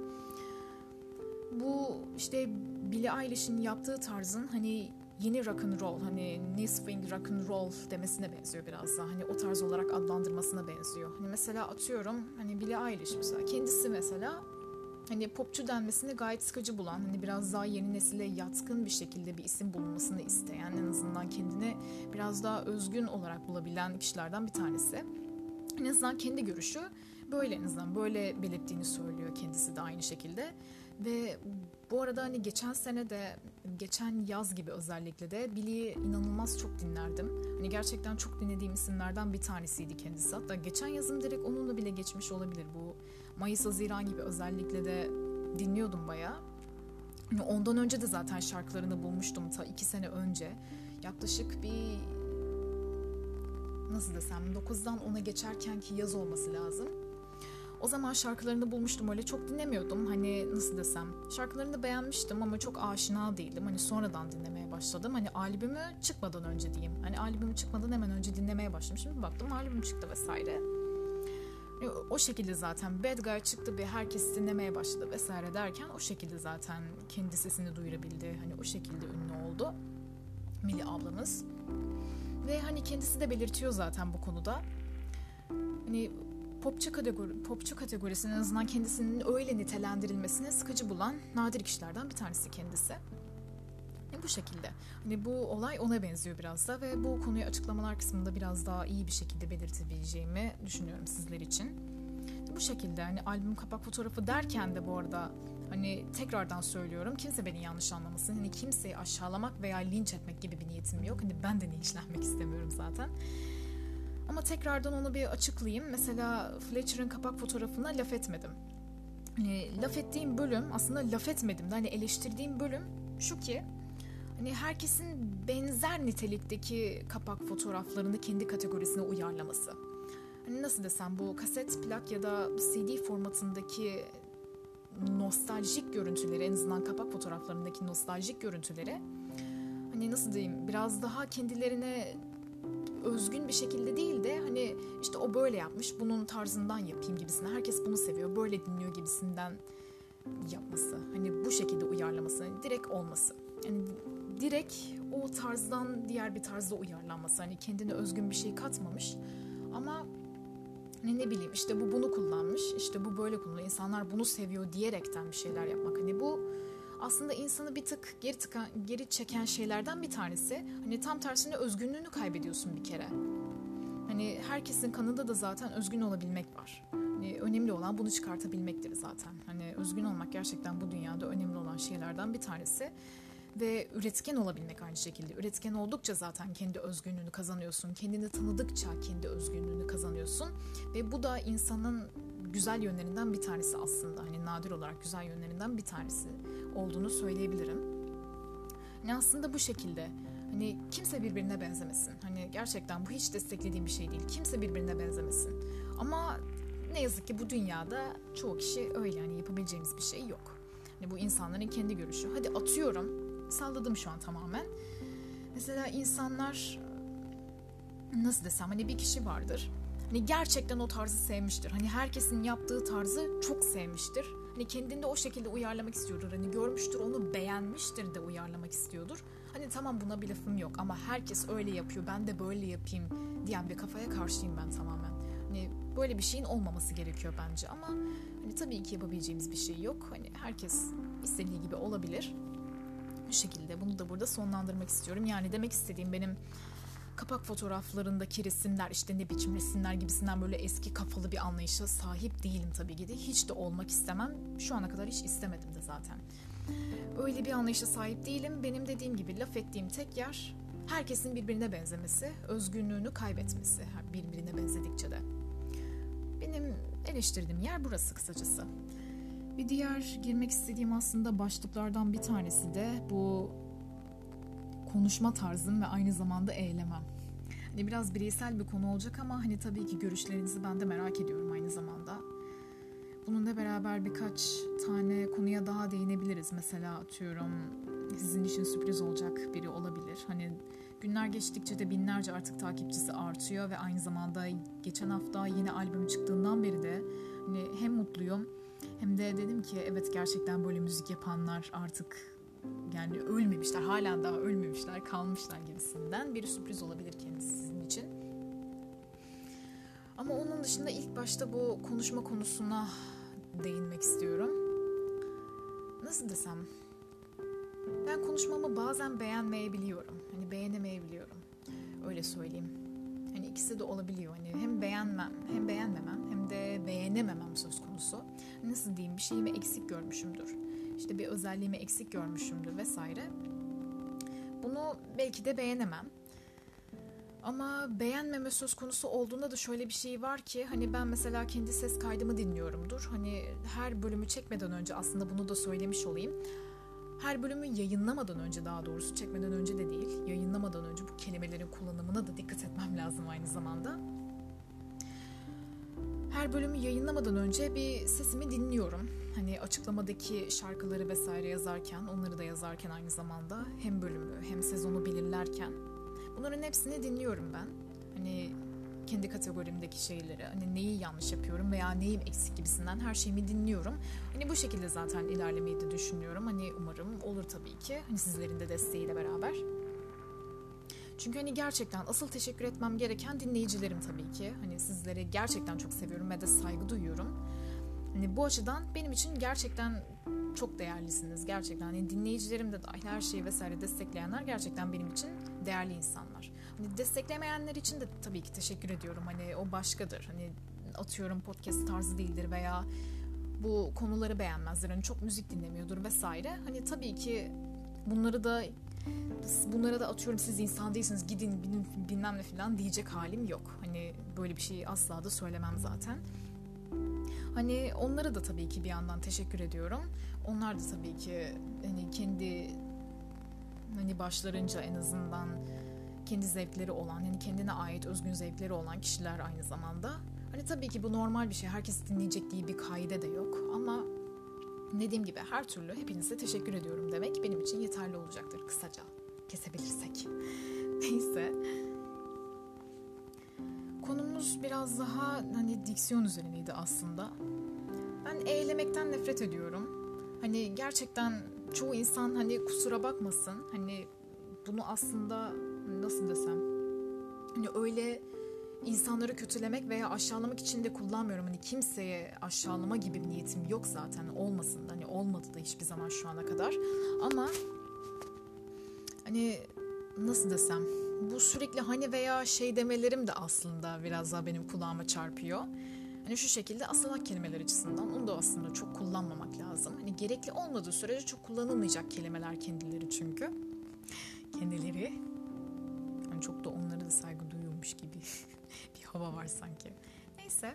Bu işte Billie Eilish'in yaptığı tarzın hani yeni rock and roll, hani new swing rock and roll demesine benziyor biraz daha. Hani o tarz olarak adlandırmasına benziyor. Hani mesela atıyorum hani Billie Eilish mesela kendisi mesela hani popçu denmesini gayet sıkıcı bulan, hani biraz daha yeni nesile yatkın bir şekilde bir isim bulunmasını isteyen, en azından kendini biraz daha özgün olarak bulabilen kişilerden bir tanesi. En azından kendi görüşü böyle, en azından böyle belirttiğini söylüyor kendisi de aynı şekilde. Ve bu arada hani geçen sene de, geçen yaz gibi özellikle de Billy'yi inanılmaz çok dinlerdim. Hani gerçekten çok dinlediğim isimlerden bir tanesiydi kendisi. Hatta geçen yazım direkt onunla bile geçmiş olabilir. Bu Mayıs-Haziran gibi özellikle de dinliyordum bayağı. Yani ondan önce de zaten şarkılarını bulmuştum ta 2 sene önce. Yaklaşık bir nasıl desem 9'dan 10'a geçerkenki yaz olması lazım. O zaman şarkılarını bulmuştum, öyle çok dinlemiyordum. Hani nasıl desem şarkılarını beğenmiştim ama çok aşina değildim. Hani sonradan dinlemeye başladım. Hani albümü çıkmadan önce diyeyim. Hani albümü çıkmadan hemen önce dinlemeye başladım. Şimdi baktım albüm çıktı vesaire. O şekilde zaten Bad Guy çıktı ve herkes dinlemeye başladı vesaire derken o şekilde zaten kendi sesini duyurabildi. Hani o şekilde ünlü oldu Milli ablamız. Ve hani kendisi de belirtiyor zaten bu konuda. Hani popçu kategorisinin en azından kendisinin öyle nitelendirilmesine sıkıcı bulan nadir kişilerden bir tanesi kendisi. Bu şekilde. Hani bu olay ona benziyor biraz da ve bu konuyu açıklamalar kısmında biraz daha iyi bir şekilde belirtebileceğimi düşünüyorum sizler için. Bu şekilde hani albüm kapak fotoğrafı derken de bu arada hani tekrardan söylüyorum, kimse beni yanlış anlamasın. Hani kimseyi aşağılamak veya linç etmek gibi bir niyetim yok. Hani ben de linçlenmek istemiyorum zaten. Ama tekrardan onu bir açıklayayım. Mesela Fletcher'ın kapak fotoğrafına laf etmedim. Hani laf ettiğim bölüm aslında laf etmedim de hani eleştirdiğim bölüm şu ki hani herkesin benzer nitelikteki kapak fotoğraflarını kendi kategorisine uyarlaması. Hani nasıl desem bu kaset, plak ya da CD formatındaki nostaljik görüntüleri, en azından kapak fotoğraflarındaki nostaljik görüntüleri hani nasıl diyeyim biraz daha kendilerine özgün bir şekilde değil de hani işte o böyle yapmış, bunun tarzından yapayım gibisinden, herkes bunu seviyor, böyle dinliyor gibisinden yapması. Hani bu şekilde uyarlaması, hani direkt olması. Yani direkt o tarzdan diğer bir tarzda uyarlanması. Hani kendine özgün bir şey katmamış ama hani ne bileyim işte bu bunu kullanmış, işte bu böyle kullanıyor, insanlar bunu seviyor diyerekten bir şeyler yapmak. Hani bu aslında insanı bir tık geri çeken şeylerden bir tanesi. Hani tam tersine özgünlüğünü kaybediyorsun bir kere. Hani herkesin kanında da zaten özgün olabilmek var. Hani önemli olan bunu çıkartabilmektir zaten. Hani özgün olmak gerçekten bu dünyada önemli olan şeylerden bir tanesi. Ve üretken olabilmek aynı şekilde. Üretken oldukça zaten kendi özgünlüğünü kazanıyorsun. Kendini tanıdıkça kendi özgünlüğünü kazanıyorsun. Ve bu da insanın güzel yönlerinden bir tanesi aslında. Hani nadir olarak güzel yönlerinden bir tanesi olduğunu söyleyebilirim. Yani aslında bu şekilde. Hani kimse birbirine benzemesin. Hani gerçekten bu hiç desteklediğim bir şey değil. Kimse birbirine benzemesin. Ama ne yazık ki bu dünyada çoğu kişi öyle. Yani yapabileceğimiz bir şey yok. Hani bu insanların kendi görüşü. Hadi atıyorum. Salladım şu an tamamen. Mesela insanlar nasıl desem hani bir kişi vardır. Hani gerçekten o tarzı sevmiştir. Hani herkesin yaptığı tarzı çok sevmiştir. Hani kendini de o şekilde uyarlamak istiyordur. Hani görmüştür, onu beğenmiştir de uyarlamak istiyordur. Hani tamam, buna bir lafım yok ama herkes öyle yapıyor, ben de böyle yapayım diyen bir kafaya karşıyım ben tamamen. Hani Böyle bir şeyin olmaması gerekiyor bence ama hani tabii ki yapabileceğimiz bir şey yok. Hani herkes istediği gibi olabilir. Bu şekilde bunu da burada sonlandırmak istiyorum. Yani demek istediğim benim kapak fotoğraflarındaki resimler işte ne biçim resimler gibisinden böyle eski kafalı bir anlayışa sahip değilim tabii ki de. Hiç de olmak istemem. Şu ana kadar hiç istemedim de zaten. Öyle bir anlayışa sahip değilim. Benim dediğim gibi laf ettiğim tek yer herkesin birbirine benzemesi, özgünlüğünü kaybetmesi birbirine benzedikçe de. Benim eleştirdiğim yer burası kısacası. Bir diğer girmek istediğim aslında başlıklardan bir tanesi de bu konuşma tarzım ve aynı zamanda eylemem. Hani biraz bireysel bir konu olacak ama hani tabii ki görüşlerinizi ben de merak ediyorum aynı zamanda. Bununla beraber birkaç tane konuya daha değinebiliriz. Mesela atıyorum sizin için sürpriz olacak biri olabilir. Hani günler geçtikçe de binlerce artık takipçisi artıyor ve aynı zamanda geçen hafta yine albüm çıktığından beri de hani hem mutluyum hem de dedim ki evet gerçekten böyle müzik yapanlar artık yani ölmemişler, halen daha ölmemişler, kalmışlar gibisinden bir sürpriz olabilir kendisi sizin için. Ama onun dışında ilk başta bu konuşma konusuna değinmek istiyorum. Nasıl desem? Ben konuşmamı bazen beğenmeyebiliyorum. Hani beğenemeyebiliyorum. Öyle söyleyeyim. Hani ikisi de olabiliyor. Hani hem beğenmemem hem de beğenememem söz konusu. Nasıl diyeyim? Bir şeyimi eksik görmüşümdür. İşte bir özelliğimi eksik görmüşümdür vesaire. Bunu belki de beğenemem. Ama beğenmeme söz konusu olduğunda da şöyle bir şey var ki hani ben mesela kendi ses kaydımı dinliyorumdur. Hani her bölümü çekmeden önce aslında bunu da söylemiş olayım. Her bölümü yayınlamadan önce daha doğrusu çekmeden önce de değil. Yayınlamadan önce bu kelimelerin kullanımına da dikkat etmem lazım aynı zamanda. Her bölümü yayınlamadan önce bir sesimi dinliyorum. Hani açıklamadaki şarkıları vesaire yazarken, onları da yazarken aynı zamanda hem bölümü hem sezonu belirlerken bunların hepsini dinliyorum ben. Hani kendi kategorimdeki şeyleri, hani neyi yanlış yapıyorum veya neyim eksik gibisinden her şeyimi dinliyorum. Hani bu şekilde zaten ilerlemeyi de düşünüyorum. Hani umarım olur tabii ki. Hani sizlerin de desteğiyle beraber. Çünkü hani gerçekten asıl teşekkür etmem gereken dinleyicilerim tabii ki. Hani sizleri gerçekten çok seviyorum ve de saygı duyuyorum. Hani bu açıdan benim için gerçekten çok değerlisiniz. Gerçekten hani dinleyicilerim de dahil her şeyi vesaire destekleyenler gerçekten benim için değerli insanlar. Hani desteklemeyenler için de tabii ki teşekkür ediyorum. Hani o başkadır. Hani atıyorum podcast tarzı değildir veya bu konuları beğenmezler. Hani çok müzik dinlemiyordur vesaire. Hani tabii ki bunlara da atıyorum siz insan değilsiniz gidin bilmem ne falan diyecek halim yok. Hani böyle bir şeyi asla da söylemem zaten. Hani onlara da tabii ki bir yandan teşekkür ediyorum. Onlar da tabii ki hani kendi hani başlarınca en azından kendi zevkleri olan, hani kendine ait özgün zevkleri olan kişiler aynı zamanda. Hani tabii ki bu normal bir şey. Herkes dinleyecek diye bir kaide de yok. Ama dediğim gibi her türlü hepinize teşekkür ediyorum demek benim için yeterli olacaktır kısaca. Kesebilirsek. Neyse. Konumuz biraz daha hani diksiyon üzerineydi aslında. Ben eylemekten nefret ediyorum. Hani gerçekten çoğu insan hani kusura bakmasın. Hani bunu aslında nasıl desem. Hani öyle insanları kötülemek veya aşağılamak için de kullanmıyorum. Hani kimseye aşağılama gibi bir niyetim yok zaten. Olmasın da hani olmadı da hiçbir zaman şu ana kadar. Ama hani nasıl desem. Bu sürekli hani veya şey demelerim de aslında biraz daha benim kulağıma çarpıyor. Hani şu şekilde asalak kelimeler açısından onu da aslında çok kullanmamak lazım. Hani gerekli olmadığı sürece çok kullanılmayacak kelimeler kendileri çünkü. Kendileri. Hani çok da onlara da saygı duyuyormuş gibi bir hava var sanki. Neyse.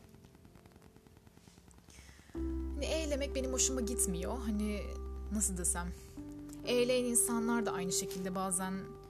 Hani eylemek benim hoşuma gitmiyor. Hani nasıl desem. Eyleyen insanlar da aynı şekilde bazen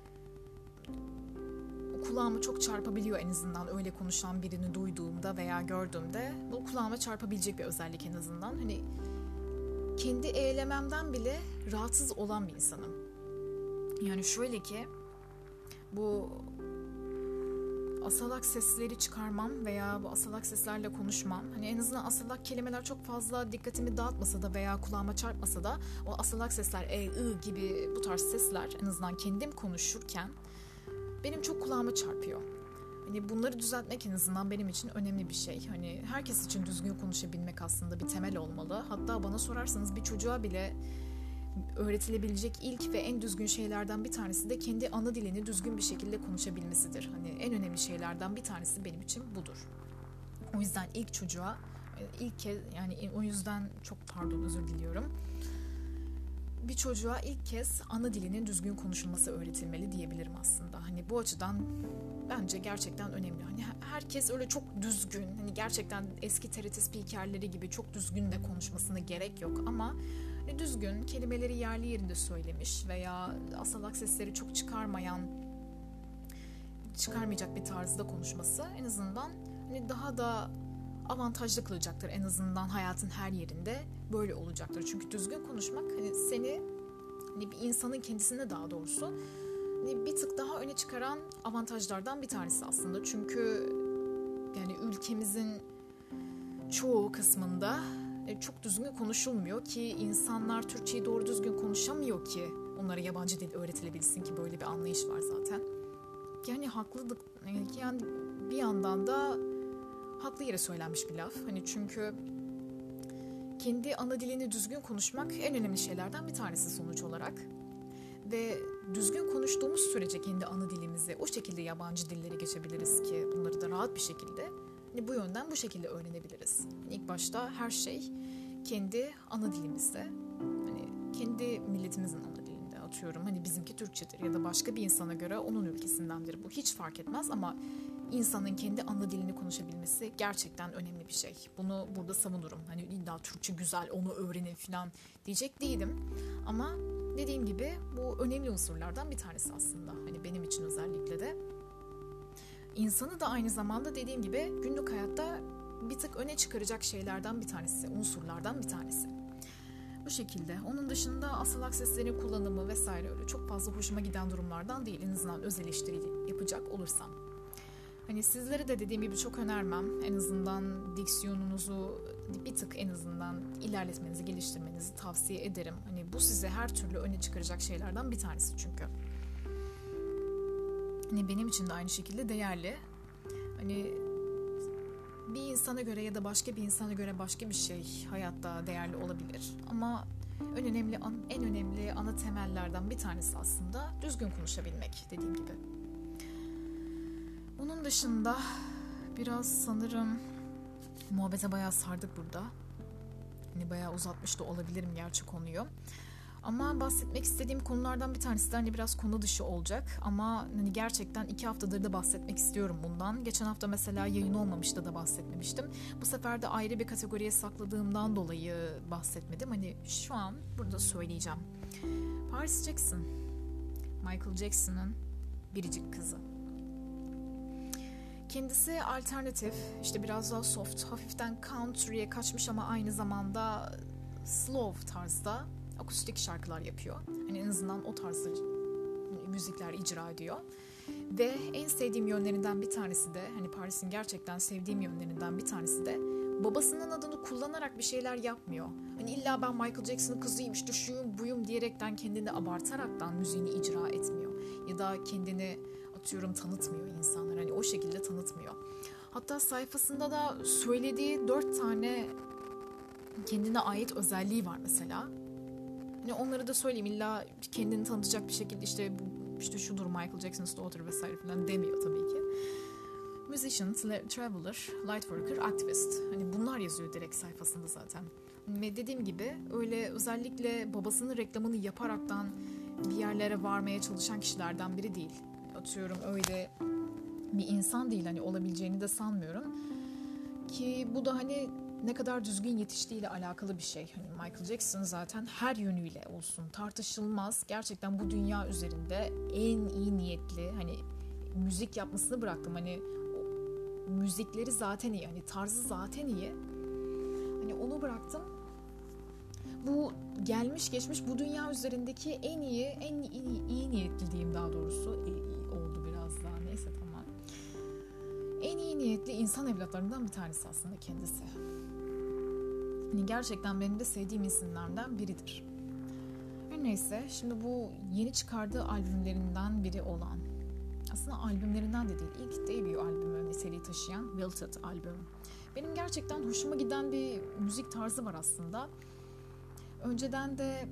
kulağıma çok çarpabiliyor en azından öyle konuşan birini duyduğumda veya gördüğümde. Bu kulağıma çarpabilecek bir özellik en azından. Hani kendi eylememden bile rahatsız olan bir insanım. Yani şöyle ki bu asalak sesleri çıkarmam veya bu asalak seslerle konuşmam. Hani en azından asalak kelimeler çok fazla dikkatimi dağıtmasa da veya kulağıma çarpmasa da o asalak sesler gibi bu tarz sesler en azından kendim konuşurken benim çok kulağıma çarpıyor. Hani bunları düzeltmek en azından benim için önemli bir şey. Hani herkes için düzgün konuşabilmek aslında bir temel olmalı. Hatta bana sorarsanız bir çocuğa bile öğretilebilecek ilk ve en düzgün şeylerden bir tanesi de kendi ana dilini düzgün bir şekilde konuşabilmesidir. Hani en önemli şeylerden bir tanesi benim için budur. O yüzden ilk çocuğa ilk kez, yani o yüzden çok özür diliyorum. Bir çocuğa ilk kez ana dilinin düzgün konuşulması öğretilmeli diyebilirim aslında. Hani bu açıdan bence gerçekten önemli. Hani herkes öyle çok düzgün, hani gerçekten eski TRT spikerleri gibi çok düzgün de konuşmasına gerek yok ama hani düzgün, kelimeleri yerli yerinde söylemiş veya asalak sesleri çok çıkarmayacak bir tarzda konuşması en azından hani daha da avantajlı kılacaktır. En azından hayatın her yerinde böyle olacaktır. Çünkü düzgün konuşmak hani seni, hani bir insanın kendisine daha doğrusu hani bir tık daha öne çıkaran avantajlardan bir tanesi aslında. Çünkü yani ülkemizin çoğu kısmında çok düzgün konuşulmuyor ki insanlar Türkçeyi doğru düzgün konuşamıyor ki onlara yabancı dil öğretilebilsin ki böyle bir anlayış var zaten. Yani haklılık, yani bir yandan da haklı yere söylenmiş bir laf. Hani çünkü kendi ana dilini düzgün konuşmak en önemli şeylerden bir tanesi sonuç olarak. Ve düzgün konuştuğumuz sürece kendi ana dilimizi o şekilde yabancı dilleri geçebiliriz ki bunları da rahat bir şekilde hani bu yönden bu şekilde öğrenebiliriz. İlk başta her şey kendi ana dilimizde, hani kendi milletimizin ana dilinde, atıyorum hani bizimki Türkçedir ya da başka bir insana göre onun ülkesindendir. Bu hiç fark etmez ama insanın kendi ana dilini konuşabilmesi gerçekten önemli bir şey. Bunu burada savunurum. Hani illa Türkçe güzel, onu öğrenin falan diyecek değilim. Ama dediğim gibi bu önemli unsurlardan bir tanesi aslında. Hani benim için özellikle de. İnsanı da aynı zamanda dediğim gibi günlük hayatta bir tık öne çıkaracak şeylerden bir tanesi, unsurlardan bir tanesi. Bu şekilde. Onun dışında asalak seslerin kullanımı vesaire öyle çok fazla hoşuma giden durumlardan değil. En azından öz eleştiri yapacak olursam. Hani sizlere de dediğim gibi çok önermem. En azından diksiyonunuzu bir tık en azından ilerletmenizi, geliştirmenizi tavsiye ederim. Hani bu size her türlü öne çıkaracak şeylerden bir tanesi çünkü. Hani benim için de aynı şekilde değerli. Hani bir insana göre ya da başka bir insana göre başka bir şey hayatta değerli olabilir. Ama en önemli ana temellerden bir tanesi aslında düzgün konuşabilmek dediğim gibi. Onun dışında biraz sanırım muhabbete bayağı sardık burada. Hani bayağı uzatmış da olabilirim gerçi konuyu. Ama bahsetmek istediğim konulardan bir tanesi de hani biraz konu dışı olacak. Ama hani gerçekten 2 haftadır da bahsetmek istiyorum bundan. Geçen hafta mesela yayın olmamıştı da bahsetmemiştim. Bu sefer de ayrı bir kategoriye sakladığımdan dolayı bahsetmedim. Hani şu an burada söyleyeceğim. Paris Jackson, Michael Jackson'ın biricik kızı. Kendisi alternatif, işte biraz daha soft, hafiften country'ye kaçmış ama aynı zamanda slow tarzda akustik şarkılar yapıyor. Hani en azından o tarzda müzikler icra ediyor. Ve en sevdiğim yönlerinden bir tanesi de, hani Paris'in gerçekten sevdiğim yönlerinden bir tanesi de babasının adını kullanarak bir şeyler yapmıyor. Hani illa ben Michael Jackson'ın kızıyım, işte şuyum buyum diyerekten kendini abartaraktan müziğini icra etmiyor. Ya da kendini atıyorum tanıtmıyor insanlar. Hani o şekilde tanıtmıyor. Hatta sayfasında da söylediği 4 tane kendine ait özelliği var mesela. Hani onları da söyleyeyim, illa kendini tanıtacak bir şekilde işte şudur Michael Jackson's daughter vesaire falan demiyor tabii ki. Musician, traveler, lightworker, activist. Hani bunlar yazıyor direkt sayfasında zaten. Ve dediğim gibi öyle özellikle babasının reklamını yaparaktan bir yerlere varmaya çalışan kişilerden biri değil. Atıyorum öyle bir insan değil, hani olabileceğini de sanmıyorum. Ki bu da hani ne kadar düzgün yetiştiğiyle alakalı bir şey. Hani Michael Jackson zaten her yönüyle olsun tartışılmaz. Gerçekten bu dünya üzerinde en iyi niyetli, hani müzik yapmasını bıraktım. Hani müzikleri zaten iyi, hani tarzı zaten iyi. Hani onu bıraktım. Bu gelmiş geçmiş bu dünya üzerindeki en iyi niyetli diyeyim daha doğrusu. Oldu biraz daha, neyse tamam. En iyi niyetli insan evlatlarından bir tanesi aslında kendisi. Hani gerçekten benim de sevdiğim isimlerden biridir. Her neyse, şimdi bu yeni çıkardığı albümlerinden biri olan aslında albümlerinden de değil, ilk debut albümü niteliği taşıyan Wilted albüm. Benim gerçekten hoşuma giden bir müzik tarzı var aslında. Önceden de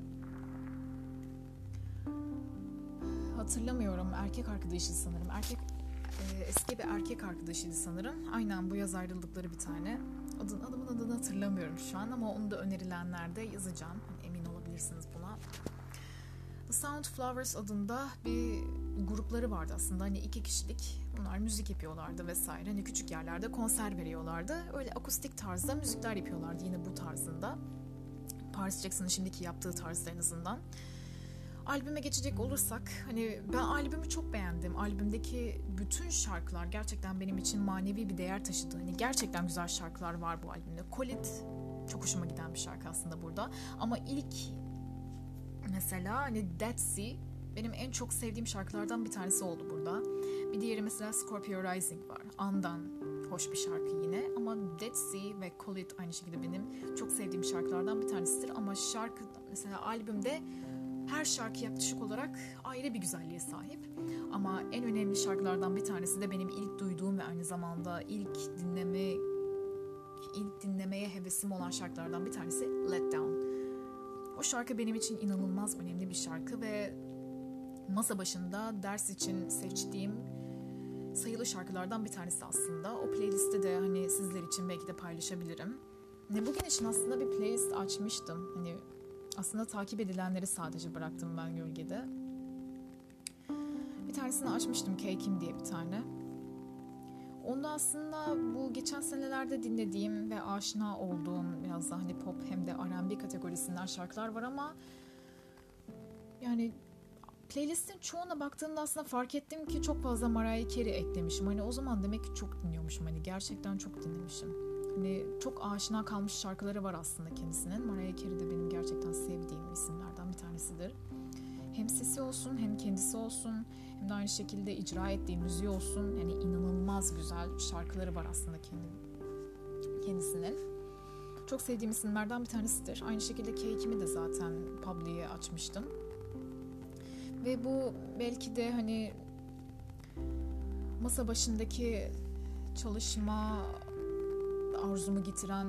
hatırlamıyorum, erkek arkadaşı sanırım. Eski bir erkek arkadaşıydı sanırım. Aynen, bu yaz ayrıldıkları bir tane. Adamın adını hatırlamıyorum şu an ama onu da önerilenlerde yazacağım. Hani emin olabilirsiniz buna. The Sound Flowers adında bir grupları vardı aslında. Hani 2 kişilik. Bunlar müzik yapıyorlardı vesaire. Hani küçük yerlerde konser veriyorlardı. Öyle akustik tarzda müzikler yapıyorlardı yine bu tarzında. Paris Jackson'ın şimdiki yaptığı tarzda en azından. Albüme geçecek olursak, hani ben albümü çok beğendim. Albümdeki bütün şarkılar gerçekten benim için manevi bir değer taşıdı. Hani gerçekten güzel şarkılar var bu albümde. Colit çok hoşuma giden bir şarkı aslında burada. Ama ilk mesela hani Dead Sea benim en çok sevdiğim şarkılardan bir tanesi oldu burada. Bir diğeri mesela Scorpio Rising var. Andan hoş bir şarkı yine. Ama Dead Sea ve Colit aynı şekilde benim çok sevdiğim şarkılardan bir tanesidir. Ama şarkı mesela albümde her şarkı yaklaşık olarak ayrı bir güzelliğe sahip. Ama en önemli şarkılardan bir tanesi de benim ilk duyduğum ve aynı zamanda ilk dinlemeye hevesim olan şarkılardan bir tanesi Let Down. O şarkı benim için inanılmaz önemli bir şarkı ve masa başında ders için seçtiğim sayılı şarkılardan bir tanesi aslında. O playlisti de hani sizler için belki de paylaşabilirim. Bugün için aslında bir playlist açmıştım. Hani aslında takip edilenleri sadece bıraktım ben gölgede. Bir tanesini açmıştım, Cake'im diye bir tane. Onda aslında bu geçen senelerde dinlediğim ve aşina olduğum biraz da hani pop hem de R&B kategorisinden şarkılar var ama yani playlistin çoğuna baktığımda aslında fark ettim ki çok fazla Mariah Carey eklemişim. Hani o zaman demek ki çok dinliyormuşum. Hani gerçekten çok dinlemişim. Hani çok aşina kalmış şarkıları var aslında kendisinin. Mariah Carey de benim gerçekten sevdiğim isimlerden bir tanesidir. Hem sesi olsun, hem kendisi olsun, hem de aynı şekilde icra ettiği müziği olsun. Yani inanılmaz güzel şarkıları var aslında kendisinin. Çok sevdiğim isimlerden bir tanesidir. Aynı şekilde Cake'imi de zaten Publi'ye açmıştım. Ve bu belki de hani masa başındaki çalışma arzumu getiren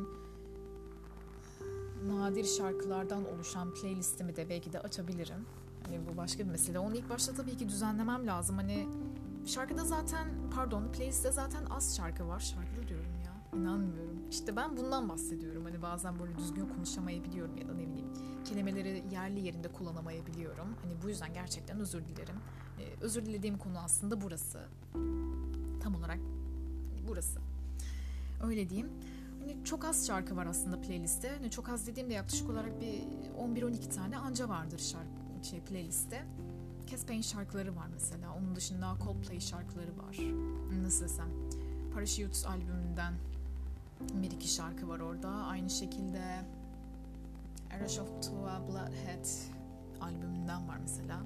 nadir şarkılardan oluşan playlistimi de belki de açabilirim. Hani bu başka bir mesele. Onu ilk başta tabii ki düzenlemem lazım. Hani playlistte zaten az şarkı var. Şarkıda diyorum ya. İnanmıyorum. İşte ben bundan bahsediyorum. Hani bazen böyle düzgün konuşamayabiliyorum ya da ne bileyim kelimeleri yerli yerinde kullanamayabiliyorum. Hani bu yüzden gerçekten özür dilerim. Özür dilediğim konu aslında burası. Tam olarak burası. Öyle diyeyim. Hani çok az şarkı var aslında playlistte. Hani çok az dediğimde yaklaşık olarak bir 11-12 tane anca vardır playlistte. Caspain şarkıları var mesela. Onun dışında Coldplay şarkıları var. Nasıl desem? Parachutes albümünden 1-2 şarkı var orada. Aynı şekilde Rush of Tua Bloodhead albümünden var mesela.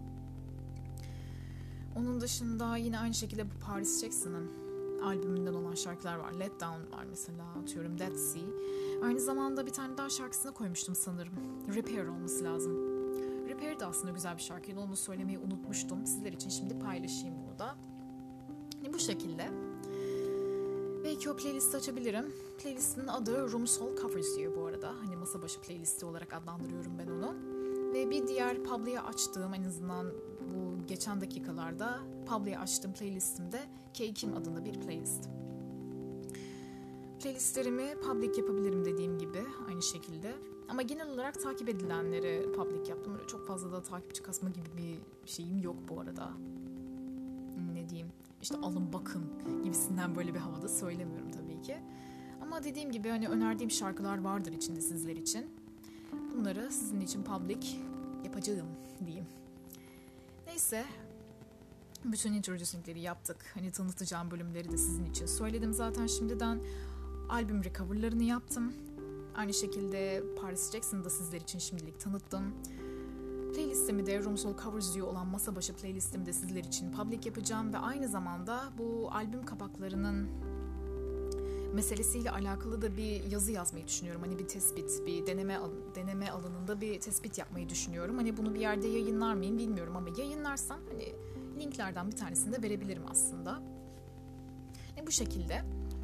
Onun dışında yine aynı şekilde bu Paris Jackson'ın albümünden olan şarkılar var. Let Down var mesela, atıyorum Dead Sea. Aynı zamanda bir tane daha şarkısını koymuştum sanırım. Repair olması lazım. Repair de aslında güzel bir şarkıydı. Onu söylemeyi unutmuştum. Sizler için şimdi paylaşayım bunu da. Bu şekilde. Belki o playlisti açabilirim. Playlistin adı Room Soul Covers diyor bu arada. Hani masa başı playlisti olarak adlandırıyorum ben onu. Ve bir diğer Publi'ye açtığım, en azından bu geçen dakikalarda Publi'ye açtığım playlistimde Cake'im adında bir playlist. Playlistlerimi public yapabilirim dediğim gibi aynı şekilde. Ama genel olarak takip edilenleri public yaptım. Öyle çok fazla da takipçi kasma gibi bir şeyim yok bu arada. Ne diyeyim? İşte alın bakın gibisinden böyle bir havada söylemiyorum tabii ki. Ama dediğim gibi hani önerdiğim şarkılar vardır içinde sizler için. Bunları sizin için public yapacağım diyeyim. Neyse. Bütün introducing'leri yaptık. Hani tanıtacağım bölümleri de sizin için söyledim zaten şimdiden. Albüm recover'larını yaptım. Aynı şekilde Paris Jackson'ı da sizler için şimdilik tanıttım. Playlistimi de Room Soul Covers diye olan masa başı playlistimi de sizler için public yapacağım. Ve aynı zamanda bu albüm kapaklarının meselesiyle alakalı da bir yazı yazmayı düşünüyorum. Hani bir tespit, bir deneme alanında bir tespit yapmayı düşünüyorum. Hani bunu bir yerde yayınlar mıyım bilmiyorum ama yayınlarsam hani linklerden bir tanesini de verebilirim aslında. Bu şekilde.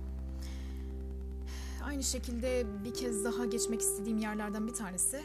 Aynı şekilde bir kez daha geçmek istediğim yerlerden bir tanesi.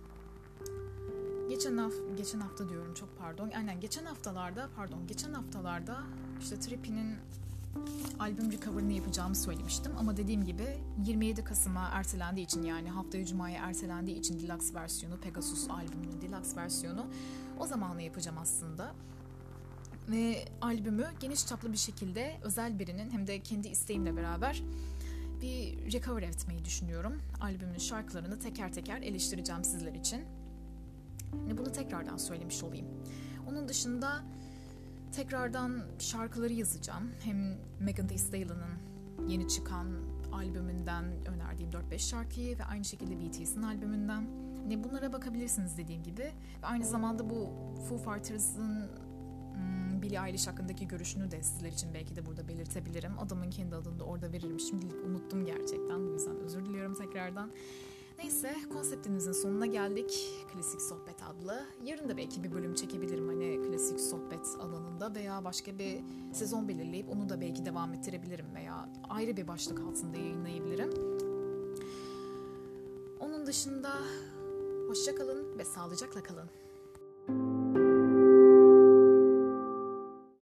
Geçen hafta diyorum, çok pardon. Aynen geçen haftalarda işte Trippie'nin albüm recover'ını yapacağımı söylemiştim. Ama dediğim gibi 27 Kasım'a ertelendiği için, yani haftaya Cuma'ya ertelendiği için deluxe versiyonu, Pegasus albümünün deluxe versiyonu o zamanla yapacağım aslında. Ve albümü geniş çaplı bir şekilde özel birinin hem de kendi isteğimle beraber bir recover etmeyi düşünüyorum. Albümün şarkılarını teker teker eleştireceğim sizler için. Bunu tekrardan söylemiş olayım. Onun dışında tekrardan şarkıları yazacağım. Hem Megan Thee Stallion'ın yeni çıkan albümünden önerdiğim 4-5 şarkıyı ve aynı şekilde BTS'in albümünden. Bunlara bakabilirsiniz dediğim gibi. Ve aynı zamanda bu Foo Fighters'ın Billie Eilish hakkındaki görüşünü de sizler için belki de burada belirtebilirim. Adamın kendi adını da orada veririm. Şimdilik unuttum gerçekten. Bu yüzden özür diliyorum tekrardan. Neyse, konseptimizin sonuna geldik. Klasik Sohbet adlı. Yarın da belki bir bölüm çekebilirim klasik sohbet alanında veya başka bir sezon belirleyip onu da belki devam ettirebilirim veya ayrı bir başlık altında yayınlayabilirim. Onun dışında hoşça kalın ve sağlıcakla kalın.